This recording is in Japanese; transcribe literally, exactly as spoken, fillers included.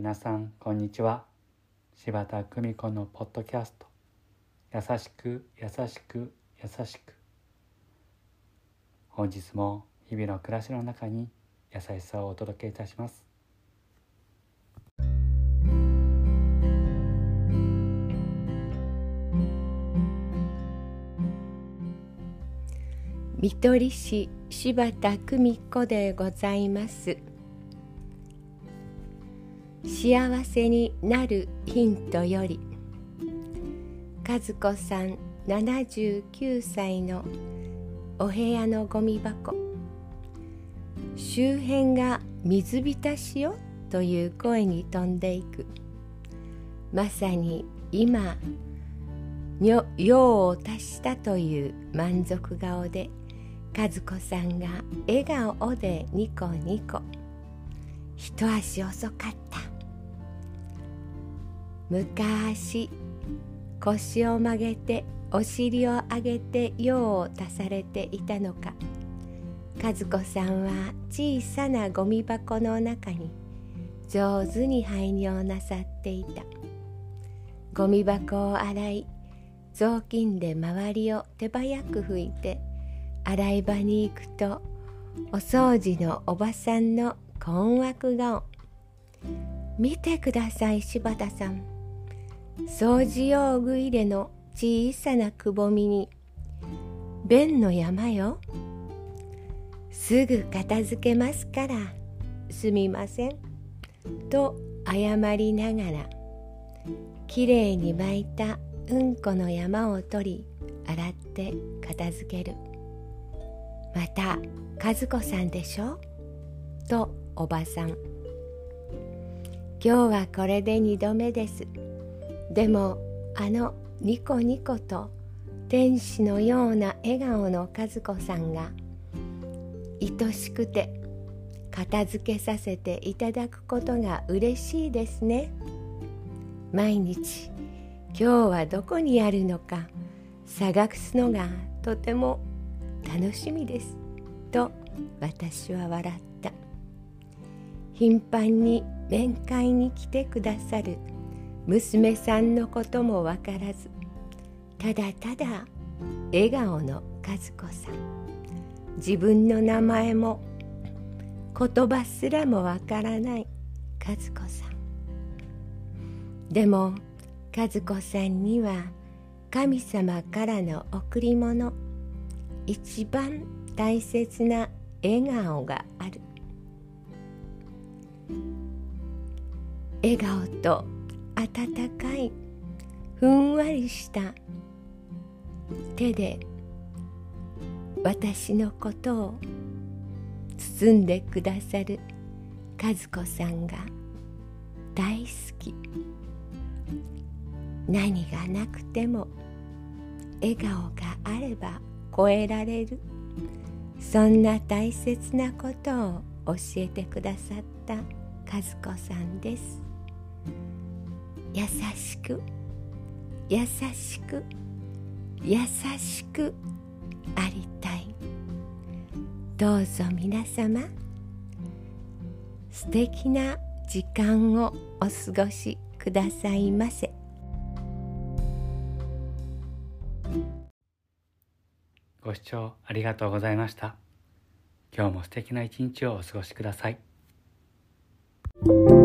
皆さんこんにちは。柴田久美子のポッドキャスト、優しく優しく優しく。本日も日々の暮らしの中に優しさをお届けいたします。 見取り師柴田久美子でございます。幸せになるヒントより、和子さんななじゅうきゅうさいのお部屋のゴミ箱、周辺が水浸しよという声に飛んでいく。まさに今用を足したという満足顔で和子さんが笑顔でニコニコ。一足遅かった。昔腰を曲げてお尻を上げて用を足されていたのか、和子さんは小さなゴミ箱の中に上手に排尿なさっていた。ゴミ箱を洗い、雑巾で周りを手早く拭いて洗い場に行くと、お掃除のおばさんの困惑顔。見てください柴田さん、掃除用具入れの小さなくぼみに便の山よ。すぐ片付けますからすみませんと謝りながら、きれいに巻いたうんこの山を取り洗って片付ける。また和子さんでしょとおばさん、今日はこれで二度目です。でもあのニコニコと天使のような笑顔の和子さんが愛しくて片付けさせていただくことが嬉しいですね。毎日今日はどこにあるのか探すのがとても楽しみですと私は笑った。頻繁に面会に来てくださる娘さんのこともわからず、ただただ笑顔の和子さん、自分の名前も言葉すらもわからない和子さん。でも和子さんには神様からの贈り物、一番大切な笑顔がある。笑顔と温かいふんわりした手で私のことを包んでくださる和子さんが大好き。何がなくても笑顔があれば超えられる、そんな大切なことを教えてくださった和子さんです。優しく優しく優しくありたい。どうぞ皆様、素敵な時間をお過ごしくださいませ。 ご視聴ありがとうございました。今日も素敵な一日をお過ごしください。